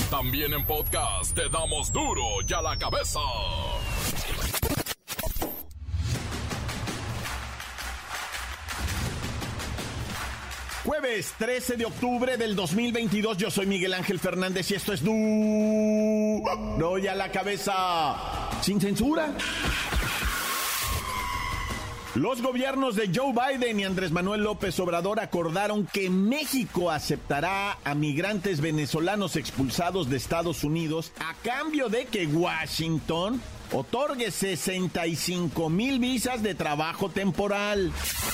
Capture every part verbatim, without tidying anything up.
También en podcast te damos duro y a la cabeza. Jueves trece de octubre del dos mil veintidós, yo soy Miguel Ángel Fernández y esto es duro y a la cabeza, sin censura. Los gobiernos de Joe Biden y Andrés Manuel López Obrador acordaron que México aceptará a migrantes venezolanos expulsados de Estados Unidos a cambio de que Washington otorgue sesenta y cinco mil visas de trabajo temporal.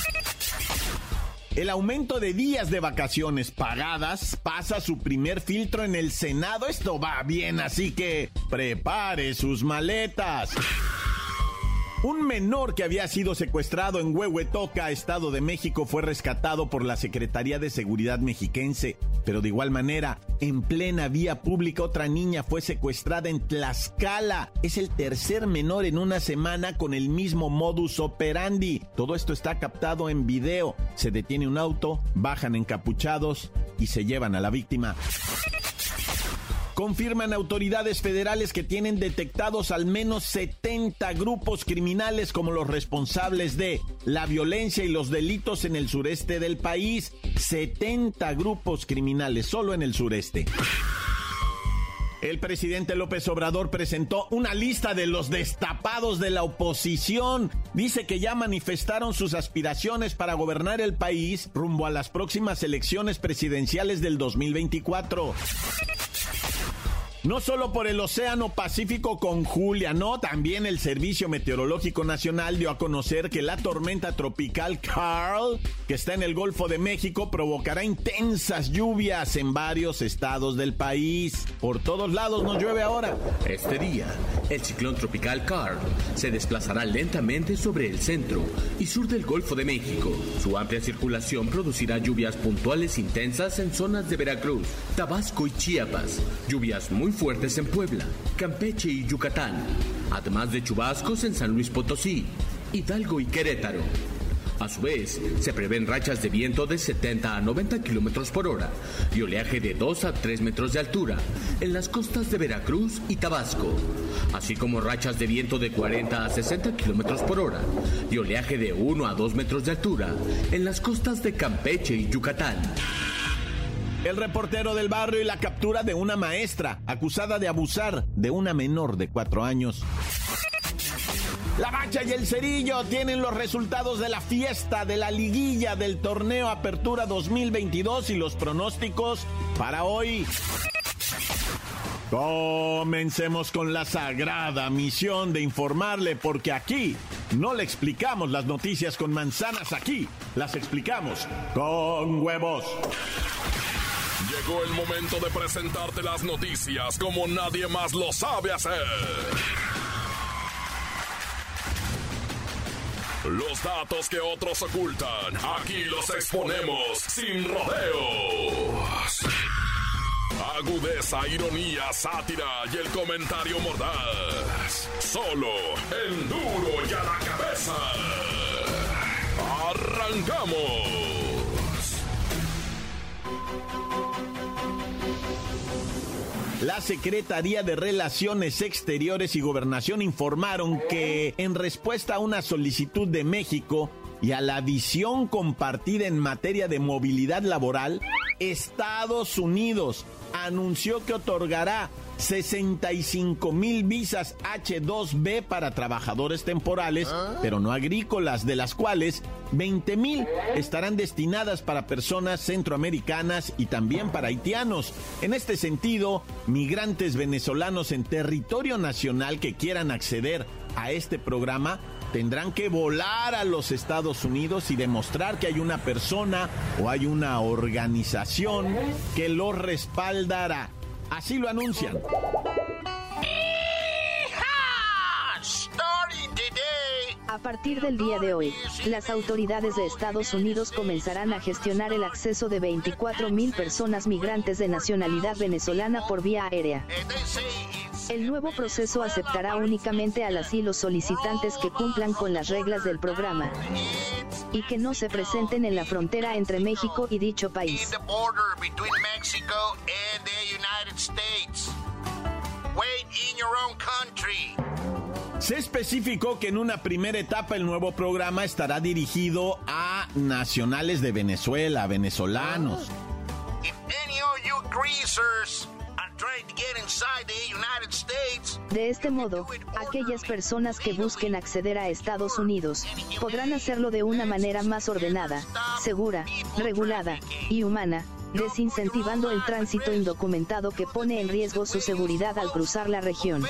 El aumento de días de vacaciones pagadas pasa su primer filtro en el Senado. Esto va bien, así que prepare sus maletas. Un menor que había sido secuestrado en Huehuetoca, Estado de México, fue rescatado por la Secretaría de Seguridad mexiquense. Pero de igual manera, en plena vía pública, otra niña fue secuestrada en Tlaxcala. Es el tercer menor en una semana con el mismo modus operandi. Todo esto está captado en video. Se detiene un auto, bajan encapuchados y se llevan a la víctima. Confirman autoridades federales que tienen detectados al menos setenta grupos criminales como los responsables de la violencia y los delitos en el sureste del país. setenta grupos criminales solo en el sureste. El presidente López Obrador presentó una lista de los destapados de la oposición. Dice que ya manifestaron sus aspiraciones para gobernar el país rumbo a las próximas elecciones presidenciales del dos mil veinticuatro. No solo por el Océano Pacífico con Julia, no, también el Servicio Meteorológico Nacional dio a conocer que la tormenta tropical Carl, que está en el Golfo de México, provocará intensas lluvias en varios estados del país. Por todos lados nos llueve ahora. Este día, el ciclón tropical Carl se desplazará lentamente sobre el centro y sur del Golfo de México. Su amplia circulación producirá lluvias puntuales intensas en zonas de Veracruz, Tabasco y Chiapas, lluvias muy fuertes en Puebla, Campeche y Yucatán, además de chubascos en San Luis Potosí, Hidalgo y Querétaro. A su vez, se prevén rachas de viento de setenta a noventa kilómetros por hora y oleaje de dos a tres metros de altura en las costas de Veracruz y Tabasco, así como rachas de viento de cuarenta a sesenta kilómetros por hora y oleaje de uno a dos metros de altura en las costas de Campeche y Yucatán. El reportero del barrio y la captura de una maestra acusada de abusar de una menor de cuatro años. La Bacha y el Cerillo tienen los resultados de la fiesta de la liguilla del torneo Apertura dos mil veintidós y los pronósticos para hoy. Comencemos con la sagrada misión de informarle, porque aquí no le explicamos las noticias con manzanas, aquí las explicamos con huevos. Llegó el momento de presentarte las noticias como nadie más lo sabe hacer. Los datos que otros ocultan, aquí los exponemos sin rodeos. Agudeza, ironía, sátira y el comentario mordaz. Solo en Duro y a la Cabeza. ¡Arrancamos! La Secretaría de Relaciones Exteriores y Gobernación informaron que, en respuesta a una solicitud de México y a la visión compartida en materia de movilidad laboral, Estados Unidos anunció que otorgará sesenta y cinco mil visas hache dos be para trabajadores temporales, pero no agrícolas, de las cuales veinte mil estarán destinadas para personas centroamericanas y también para haitianos. En este sentido, migrantes venezolanos en territorio nacional que quieran acceder a este programa tendrán que volar a los Estados Unidos y demostrar que hay una persona o hay una organización que los respaldará. Así lo anuncian. A partir del día de hoy, las autoridades de Estados Unidos comenzarán a gestionar el acceso de veinticuatro mil personas migrantes de nacionalidad venezolana por vía aérea. El nuevo proceso aceptará únicamente al asilo solicitantes que cumplan con las reglas del programa y que no se presenten en la frontera entre México y dicho país. Se especificó que en una primera etapa el nuevo programa estará dirigido a nacionales de Venezuela, a venezolanos. De este modo, aquellas personas que busquen acceder a Estados Unidos podrán hacerlo de una manera más ordenada, segura, regulada y humana, desincentivando el tránsito indocumentado que pone en riesgo su seguridad al cruzar la región.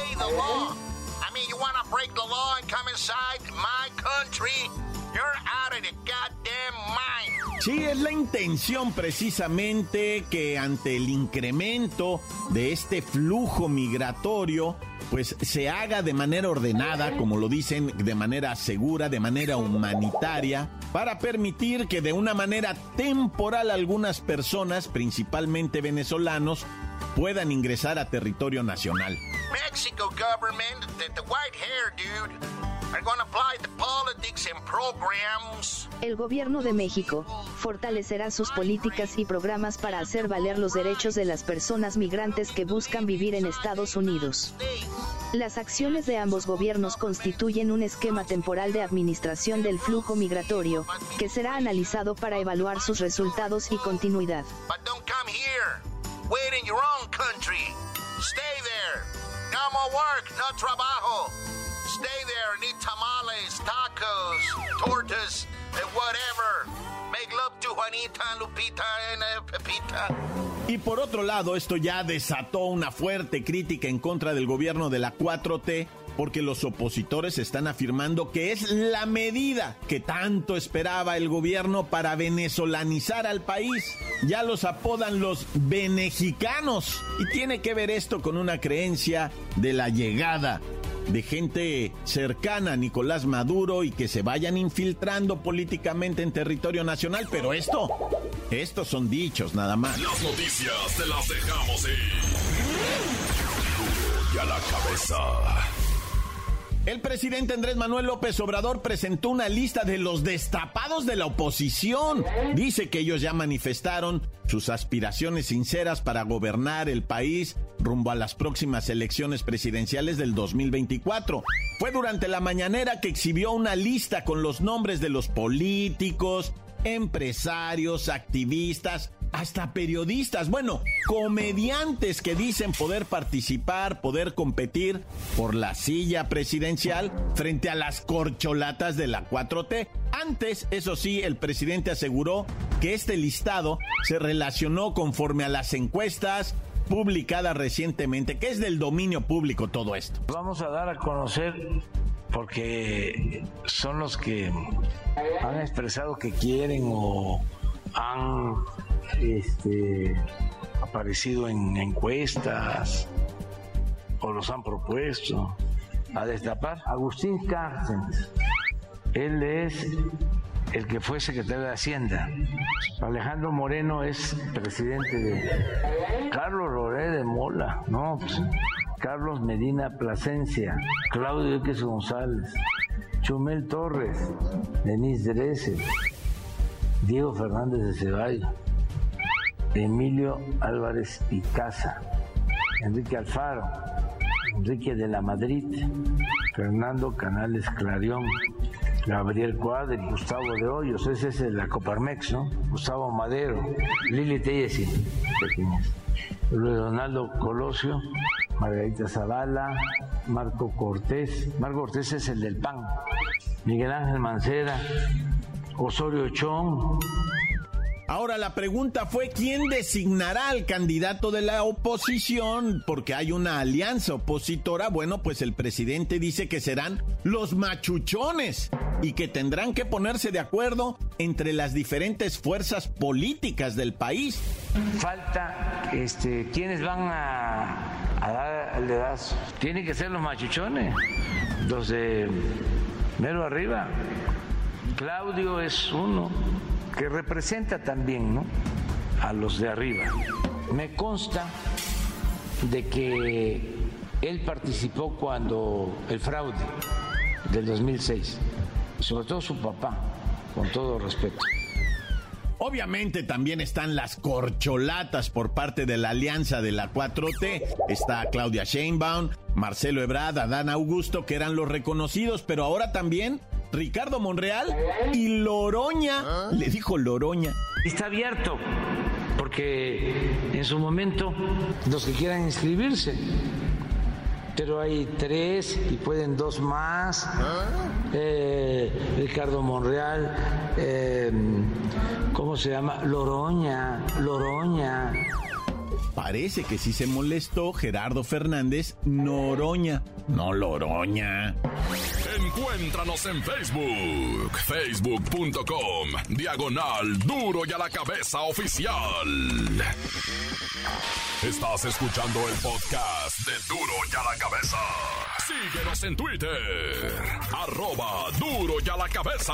Sí, es la intención precisamente que ante el incremento de este flujo migratorio, pues se haga de manera ordenada, como lo dicen, de manera segura, de manera humanitaria, para permitir que de una manera temporal algunas personas, principalmente venezolanos, puedan ingresar a territorio nacional. Mexico government, the, the white hair dude, are going to apply the politics and programs. El gobierno de México fortalecerá sus políticas y programas para hacer valer los derechos de las personas migrantes que buscan vivir en Estados Unidos. Las acciones de ambos gobiernos constituyen un esquema temporal de administración del flujo migratorio, que será analizado para evaluar sus resultados y continuidad. But don't come here. Wait in your own country. Stay there. No more work, no trabajo. Stay there, need tamales, tacos, tortas, and whatever. Make love to Juanita, Lupita, and uh, Pepita. Y por otro lado, esto ya desató una fuerte crítica en contra del gobierno de la cuatro T, porque los opositores están afirmando que es la medida que tanto esperaba el gobierno para venezolanizar al país. Ya los apodan los venejicanos. Y tiene que ver esto con una creencia de la llegada de gente cercana a Nicolás Maduro y que se vayan infiltrando políticamente en territorio nacional. Pero esto, estos son dichos nada más. Las noticias te las dejamos ir. Y a la cabeza. El presidente Andrés Manuel López Obrador presentó una lista de los destapados de la oposición. Dice que ellos ya manifestaron sus aspiraciones sinceras para gobernar el país rumbo a las próximas elecciones presidenciales del dos mil veinticuatro. Fue durante la mañanera que exhibió una lista con los nombres de los políticos, empresarios, activistas, hasta periodistas, bueno, comediantes que dicen poder participar, poder competir por la silla presidencial frente a las corcholatas de la cuatro T. Antes, eso sí, el presidente aseguró que este listado se relacionó conforme a las encuestas publicadas recientemente, que es del dominio público todo esto. Vamos a dar a conocer porque son los que han expresado que quieren o han este, aparecido en encuestas o los han propuesto a destapar. Agustín Cárcenas, él es el que fue secretario de Hacienda. Alejandro Moreno es presidente de Carlos Loré de Mola, no, pues, Carlos Medina Plasencia, Claudio X González, Chumel Torres, Denise Dresser, Diego Fernández de Ceballos, Emilio Álvarez Picasa, Enrique Alfaro, Enrique de la Madrid, Fernando Canales Clarión, Gabriel Cuadri, Gustavo de Hoyos, ese es el la Coparmex, ¿no? Gustavo Madero, Lili Tellesi, Luis Donaldo Colosio, Margarita Zavala, Marco Cortés, Marco Cortés es el del P A N, Miguel Ángel Mancera, Osorio Chong. Ahora la pregunta fue ¿quién designará al candidato de la oposición? Porque hay una alianza opositora. Bueno, pues el presidente dice que serán los machuchones y que tendrán que ponerse de acuerdo entre las diferentes fuerzas políticas del país. Falta, este, ¿quiénes van a, a dar el dedazo? Tienen que ser los machuchones, los de mero arriba. Claudio es uno que representa también, ¿no?, a los de arriba. Me consta de que él participó cuando el fraude del dos mil seis, sobre todo su papá, con todo respeto. Obviamente también están las corcholatas por parte de la alianza de la cuatro T. Está Claudia Sheinbaum, Marcelo Ebrard, Adán Augusto, que eran los reconocidos, pero ahora también Ricardo Monreal y Loroña. ¿Ah? Le dijo Loroña. Está abierto, porque en su momento los que quieran inscribirse, pero hay tres y pueden dos más. ¿Ah? Eh, Ricardo Monreal, eh, ¿cómo se llama? Loroña, Loroña. Parece que sí se molestó Gerardo Fernández Noroña, no Loroña. Encuéntranos en Facebook, facebook punto com, diagonal Duro y a la Cabeza Oficial. Estás escuchando el podcast de Duro y a la Cabeza. Síguenos en Twitter, arroba Duro y a la Cabeza.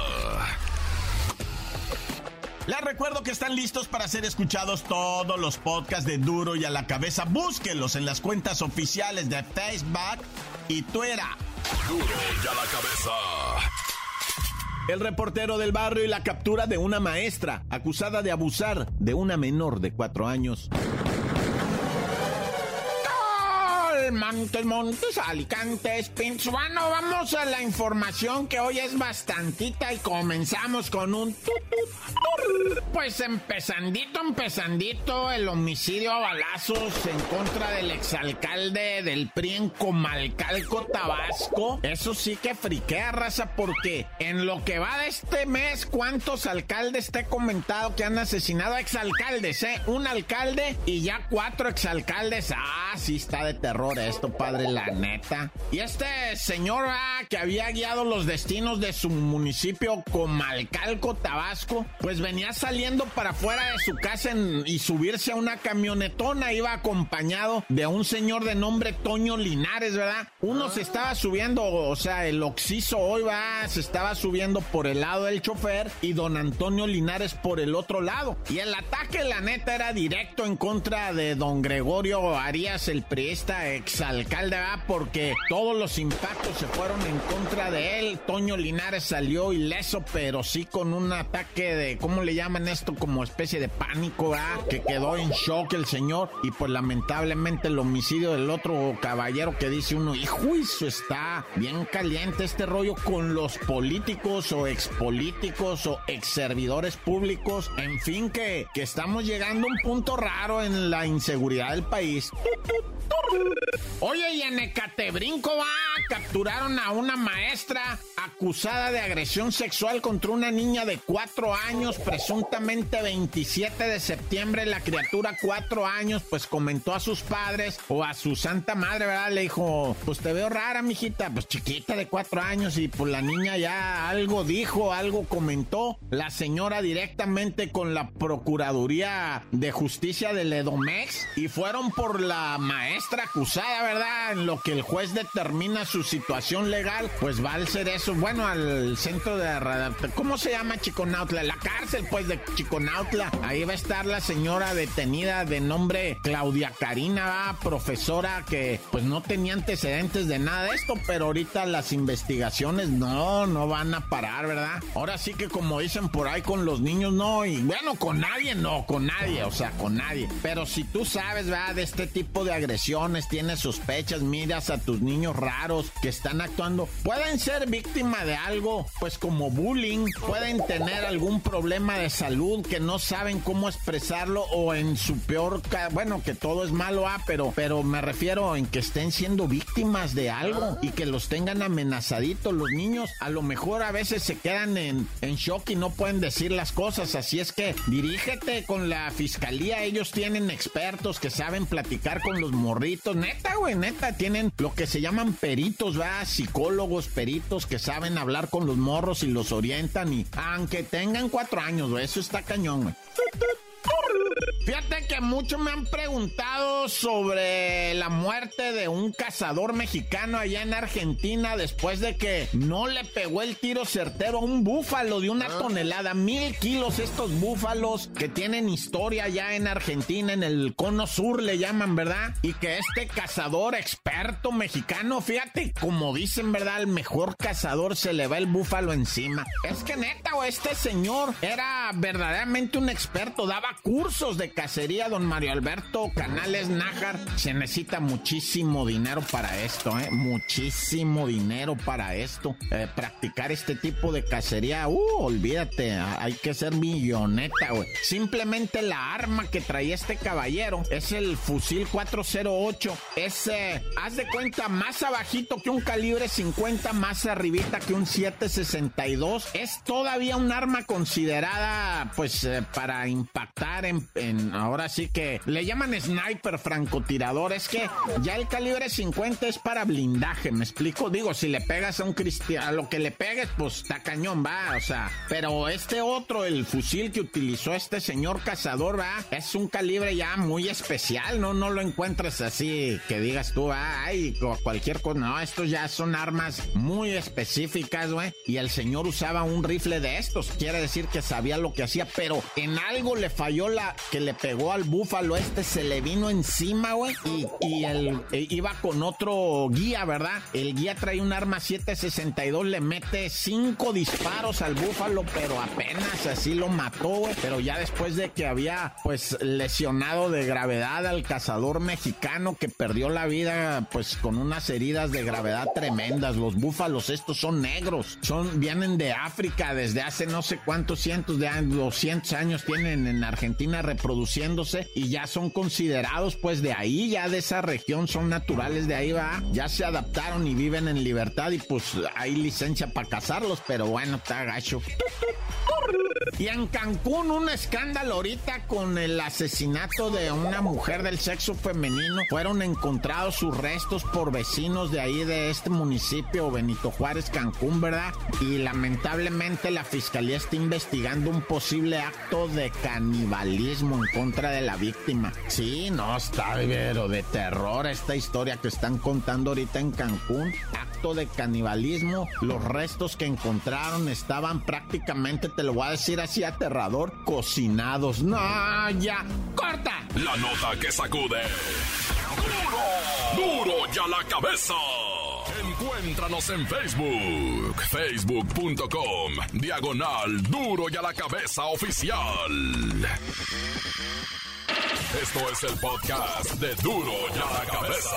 Les recuerdo que están listos para ser escuchados todos los podcasts de Duro y a la Cabeza. Búsquenlos en las cuentas oficiales de Facebook y Twitter. Duro y a la Cabeza. El reportero del barrio y la captura de una maestra acusada de abusar de una menor de cuatro años. Montes, Montes, Alicantes, Pintos. Bueno, vamos a la información que hoy es bastantita y comenzamos con un... Pues empezandito, empezandito, el homicidio a balazos en contra del exalcalde del P R I en Comalcalco, Tabasco. Eso sí que friquea, raza, porque en lo que va de este mes, ¿cuántos alcaldes te he comentado que han asesinado a exalcaldes, eh? Un alcalde y ya cuatro exalcaldes. Ah, sí está de terror esto, padre, la neta. Y este señor, ah, que había guiado los destinos de su municipio Comalcalco, Tabasco, pues venía saliendo para afuera de su casa en, y subirse a una camionetona. Iba acompañado de un señor de nombre Toño Linares, ¿verdad? Uno ah. se estaba subiendo, o sea, el occiso hoy va, se estaba subiendo por el lado del chofer y don Antonio Linares por el otro lado. Y el ataque, la neta, era directo en contra de don Gregorio Arias, el priista exalcalde, ¿verdad? Porque todos los impactos se fueron en contra de él. Toño Linares salió ileso, pero sí con un ataque de, ¿cómo le llaman esto? Como especie de pánico, ¿verdad? Que quedó en shock el señor. Y pues lamentablemente el homicidio del otro caballero, que dice uno, hijo, eso está bien caliente este rollo con los políticos o expolíticos o exservidores públicos. En fin, que, que estamos llegando a un punto raro en la inseguridad del país. Oye, y en Ecatebrinco, va, capturaron a una maestra acusada de agresión sexual contra una niña de cuatro años, presuntamente veintisiete de septiembre. La criatura, cuatro años, pues comentó a sus padres o a su santa madre, ¿verdad? Le dijo, pues te veo rara, mijita, pues chiquita de cuatro años. Y pues la niña ya algo dijo, algo comentó. La señora directamente con la Procuraduría de Justicia del Edomex y fueron por la maestra acusada, ¿verdad? En lo que el juez determina su situación legal, pues va al ser eso, bueno, al centro de... ¿Cómo se llama Chiconautla? La cárcel, pues, de Chiconautla. Ahí va a estar la señora detenida de nombre Claudia Karina, ¿va? Profesora que, pues, no tenía antecedentes de nada de esto, pero ahorita las investigaciones no, no van a parar, ¿verdad? Ahora sí que como dicen por ahí con los niños, no, y bueno, con nadie, no, con nadie, o sea, con nadie. Pero si tú sabes, ¿verdad? De este tipo de agresiones, tienes sospechas, miras a tus niños raros que están actuando, pueden ser víctimas de algo, pues como bullying, pueden tener algún problema de salud que no saben cómo expresarlo, o en su peor caso, bueno, que todo es malo, ah, pero, pero me refiero en que estén siendo víctimas de algo y que los tengan amenazaditos. Los niños a lo mejor a veces se quedan en, en shock y no pueden decir las cosas, así es que dirígete con la fiscalía, ellos tienen expertos que saben platicar con los morritos, neta, güey, neta, tienen lo que se llaman peritos, ¿verdad? Psicólogos, peritos que saben hablar con los morros y los orientan, y aunque tengan cuatro años, güey, eso está cañón, güey. Fíjate que muchos me han preguntado sobre la muerte de un cazador mexicano allá en Argentina después de que no le pegó el tiro certero a un búfalo de una tonelada, mil kilos, estos búfalos que tienen historia allá en Argentina, en el cono sur le llaman, ¿verdad? Y que este cazador experto mexicano, fíjate, como dicen, ¿verdad? El mejor cazador se le va el búfalo encima. Es que neta, o este señor era verdaderamente un experto, daba cursos de cacería, don Mario Alberto Canales Nájar. Se necesita muchísimo dinero para esto, ¿eh? Muchísimo dinero para esto. Eh, practicar este tipo de cacería, uh, olvídate, hay que ser milloneta, güey. Simplemente la arma que traía este caballero es el fusil cuatro cero ocho. Es, eh, haz de cuenta, más abajito que un calibre cincuenta, más arribita que un siete sesenta y dos. Es todavía un arma considerada, pues, eh, para impactar en, en, ahora sí que le llaman sniper, francotirador. Es que ya el calibre cincuenta es para blindaje, ¿me explico? Digo, si le pegas a un cristiano, a lo que le pegues, pues está cañón, va, o sea, pero este otro, el fusil que utilizó este señor cazador, va, es un calibre ya muy especial, ¿no? No lo encuentras así que digas tú, ah, ay, o cualquier cosa, no, estos ya son armas muy específicas, güey, y el señor usaba un rifle de estos, quiere decir que sabía lo que hacía, pero en algo le falló la que le pegó al búfalo este, se le vino encima, güey, y, y él e, iba con otro guía, ¿verdad? El guía trae un arma siete sesenta y dos, le mete cinco disparos al búfalo, pero apenas así lo mató, güey, pero ya después de que había, pues, lesionado de gravedad al cazador mexicano que perdió la vida, pues, con unas heridas de gravedad tremendas. Los búfalos estos son negros, son, vienen de África desde hace no sé cuántos cientos de años, doscientos años tienen en Argentina reproduciéndose y ya son considerados, pues, de ahí, ya de esa región, son naturales de ahí, va, ya se adaptaron y viven en libertad y pues hay licencia para cazarlos, pero bueno, está gacho. Y en Cancún, un escándalo ahorita con el asesinato de una mujer del sexo femenino. Fueron encontrados sus restos por vecinos de ahí, de este municipio, Benito Juárez, Cancún, ¿verdad? Y lamentablemente la fiscalía está investigando un posible acto de canibalismo en contra de la víctima. Sí, no, está pero de terror esta historia que están contando ahorita en Cancún. Acto de canibalismo. Los restos que encontraron estaban prácticamente, te lo voy a decir así, aterrador, cocinados. No, ya, corta. La nota que sacude. ¡Duro! ¡Duro ya la cabeza! Encuéntranos en Facebook, facebook punto com, diagonal Duro y a la Cabeza Oficial. Esto es el podcast de Duro y a la Cabeza.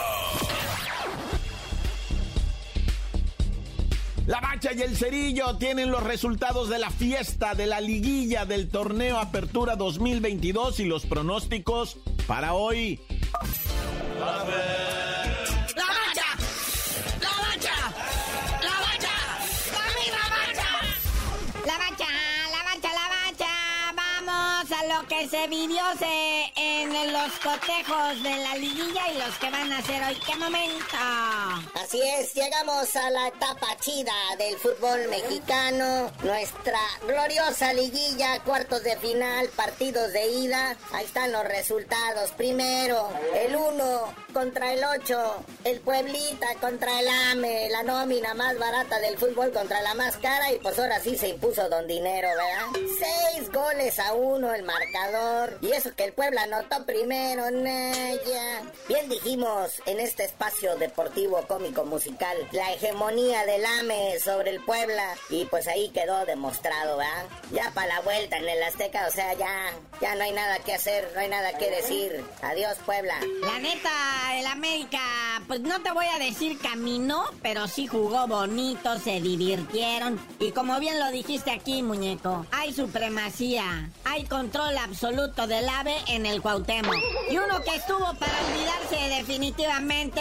La Bacha y el Cerillo tienen los resultados de la fiesta de la liguilla del torneo Apertura dos mil veintidós y los pronósticos para hoy. ¡La Bacha! ¡La Bacha! ¡La Bacha! ¡Mami, la Bacha! La Bacha, la Bacha, la Bacha. Vamos a lo que se vivió se en los cotejos de la liguilla y los que van a hacer hoy. ¡Qué momento! Así es, llegamos a la etapa chida del fútbol mexicano, nuestra gloriosa liguilla, cuartos de final, partidos de ida. Ahí están los resultados. Primero, el uno contra el ocho, el Pueblita contra el AME, la nómina más barata del fútbol contra la más cara, y pues ahora sí se impuso Don Dinero, ¿verdad? Seis goles a uno el marcador, y eso que el Puebla anotó primero, Naya. Bien dijimos en este espacio deportivo cómico musical, la hegemonía del AME sobre el Puebla, y pues ahí quedó demostrado, ¿verdad? Ya para la vuelta en el Azteca, o sea, ya, ya no hay nada que hacer, no hay nada que decir. Adiós, Puebla. La neta, el América, pues no te voy a decir caminó, pero sí jugó bonito, se divirtieron, y como bien lo dijiste aquí, muñeco, hay supremacía, hay control absoluto del AVE en el Cuauhtémoc Cuauhtémoc. Y uno que estuvo para olvidarse definitivamente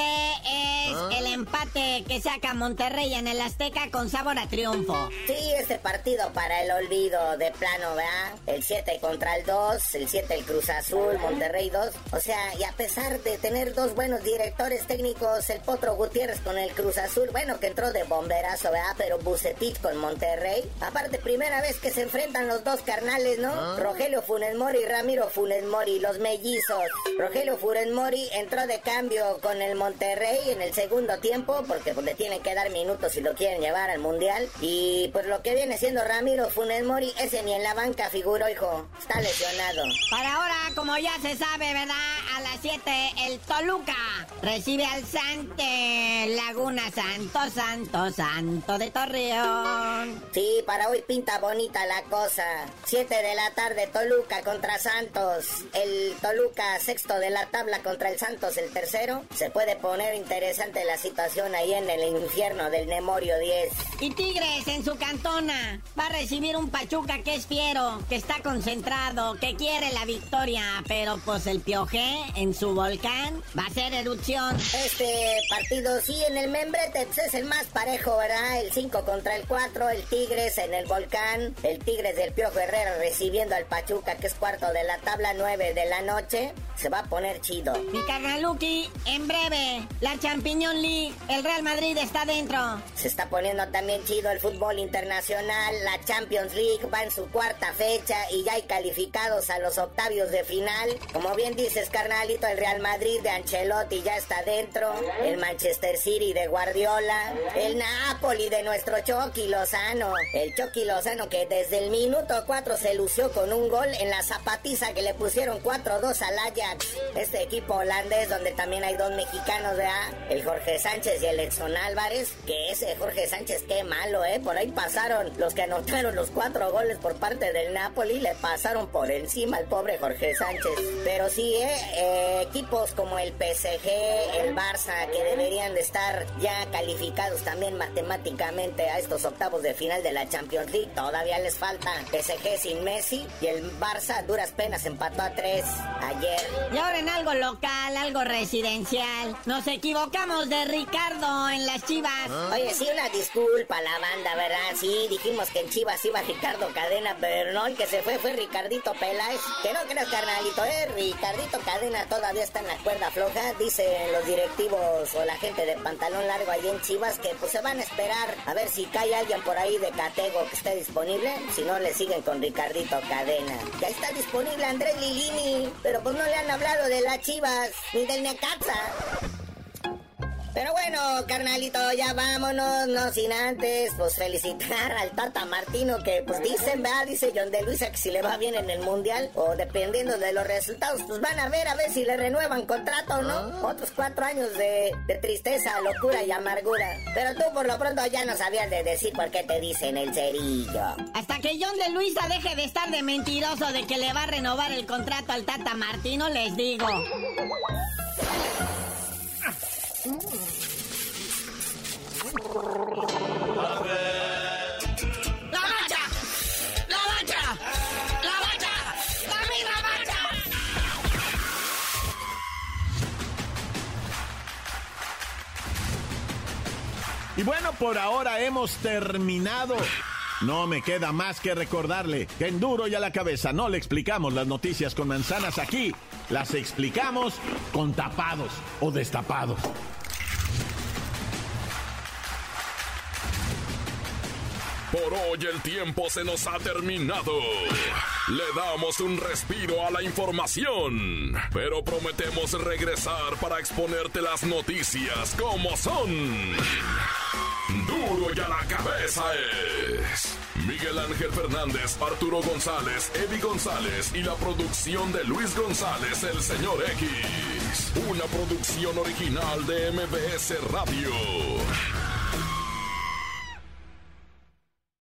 es ¿Ah? el empate que saca Monterrey en el Azteca con sabor a triunfo. Sí, este partido para el olvido de plano, ¿verdad? El siete contra el dos, el siete el Cruz Azul, Monterrey dos. O sea, y a pesar de tener dos buenos directores técnicos, el Potro Gutiérrez con el Cruz Azul, bueno, que entró de bomberazo, ¿verdad? Pero Bucetich con Monterrey. Aparte, primera vez que se enfrentan los dos carnales, ¿no? ¿Ah? Rogelio Funes Mori y Ramiro Funes Mori, los mellizos. Rogelio Funes Mori entró de cambio con el Monterrey en el segundo tiempo, porque pues, le tienen que dar minutos si lo quieren llevar al Mundial. Y pues lo que viene siendo Ramiro Funes Mori, ese ni en la banca figuró, hijo. Está lesionado. Para ahora, como ya se sabe, ¿verdad? A las siete, el Toluca recibe al Sante Laguna Santo, Santo, Santo de Torreón. Sí, para hoy pinta bonita la cosa. siete de la tarde, Toluca contra Santos. El Toluca sexto de la tabla contra el Santos el tercero. Se puede poner interesante la situación ahí en el infierno del Nemorio diez. Y Tigres en su cantona va a recibir un Pachuca que es fiero, que está concentrado, que quiere la victoria, pero pues el Piojé en su volcán va a hacer erupción. Este partido sí en el membrete es el más parejo, ¿verdad? El cinco contra el cuatro, el Tigres en el volcán, el Tigres del Piojo Herrera recibiendo al Pachuca que es cuarto de la tabla, nueve de la noche. Se va a poner chido. Mi carnaluki, en breve, la Champions League, el Real Madrid está dentro. Se está poniendo también chido el fútbol internacional, la Champions League va en su cuarta fecha y ya hay calificados a los octavios de final. Como bien dices, carnalito, el Real Madrid de Ancelotti ya está dentro, el Manchester City de Guardiola, el Napoli de nuestro Chucky Lozano, el Chucky Lozano que desde el minuto cuatro se lució con un gol en la zapatiza que le pusieron cuatro dos al Ajax. Este equipo holandés donde también hay dos mexicanos, ¿verdad? El Jorge Sánchez y el Edson Álvarez, que ese Jorge Sánchez qué malo, ¿eh? Por ahí pasaron los que anotaron los cuatro goles por parte del Napoli, le pasaron por encima al pobre Jorge Sánchez. Pero sí, ¿eh? eh equipos como el P S G, el Barça, que deberían de estar ya calificados también matemáticamente a estos octavos de final de la Champions League, todavía les falta. P S G sin Messi y el Barça a duras penas empató a tres ayer. Y ahora en algo local, algo residencial, nos equivocamos de Ricardo en las Chivas. Oye, sí, una disculpa a la banda, ¿verdad? Sí, dijimos que en Chivas iba Ricardo Cadena, pero no, el que se fue fue Ricardito Peláez. Que no creas, carnalito, ¿eh? Ricardito Cadena todavía está en la cuerda floja. Dicen los directivos o la gente de pantalón largo ahí en Chivas que pues se van a esperar a ver si cae alguien por ahí de Catego que esté disponible. Si no, le siguen con Ricardito Cadena. Ya está disponible Andrés Lilini, pero pues no le han hablado de las Chivas ni del Necaxa. Pero bueno, carnalito, ya vámonos, no sin antes, pues felicitar al Tata Martino, que pues dicen, ¿verdad? Dice John de Luisa que si le va bien en el Mundial, o dependiendo de los resultados, pues van a ver a ver si le renuevan contrato o no. Otros cuatro años de, de tristeza, locura y amargura. Pero tú por lo pronto ya no sabías de decir por qué te dicen el cerillo. Hasta que John de Luisa deje de estar de mentiroso de que le va a renovar el contrato al Tata Martino, les digo. Y bueno, por ahora hemos terminado. No me queda más que recordarle que en Duro y a la Cabeza no le explicamos las noticias con manzanas, aquí las explicamos con tapados o destapados. Por hoy el tiempo se nos ha terminado. Le damos un respiro a la información, pero prometemos regresar para exponerte las noticias como son. Duro y a la Cabeza es Miguel Ángel Fernández, Arturo González, Eddie González y la producción de Luis González, el señor X. Una producción original de M B S Radio.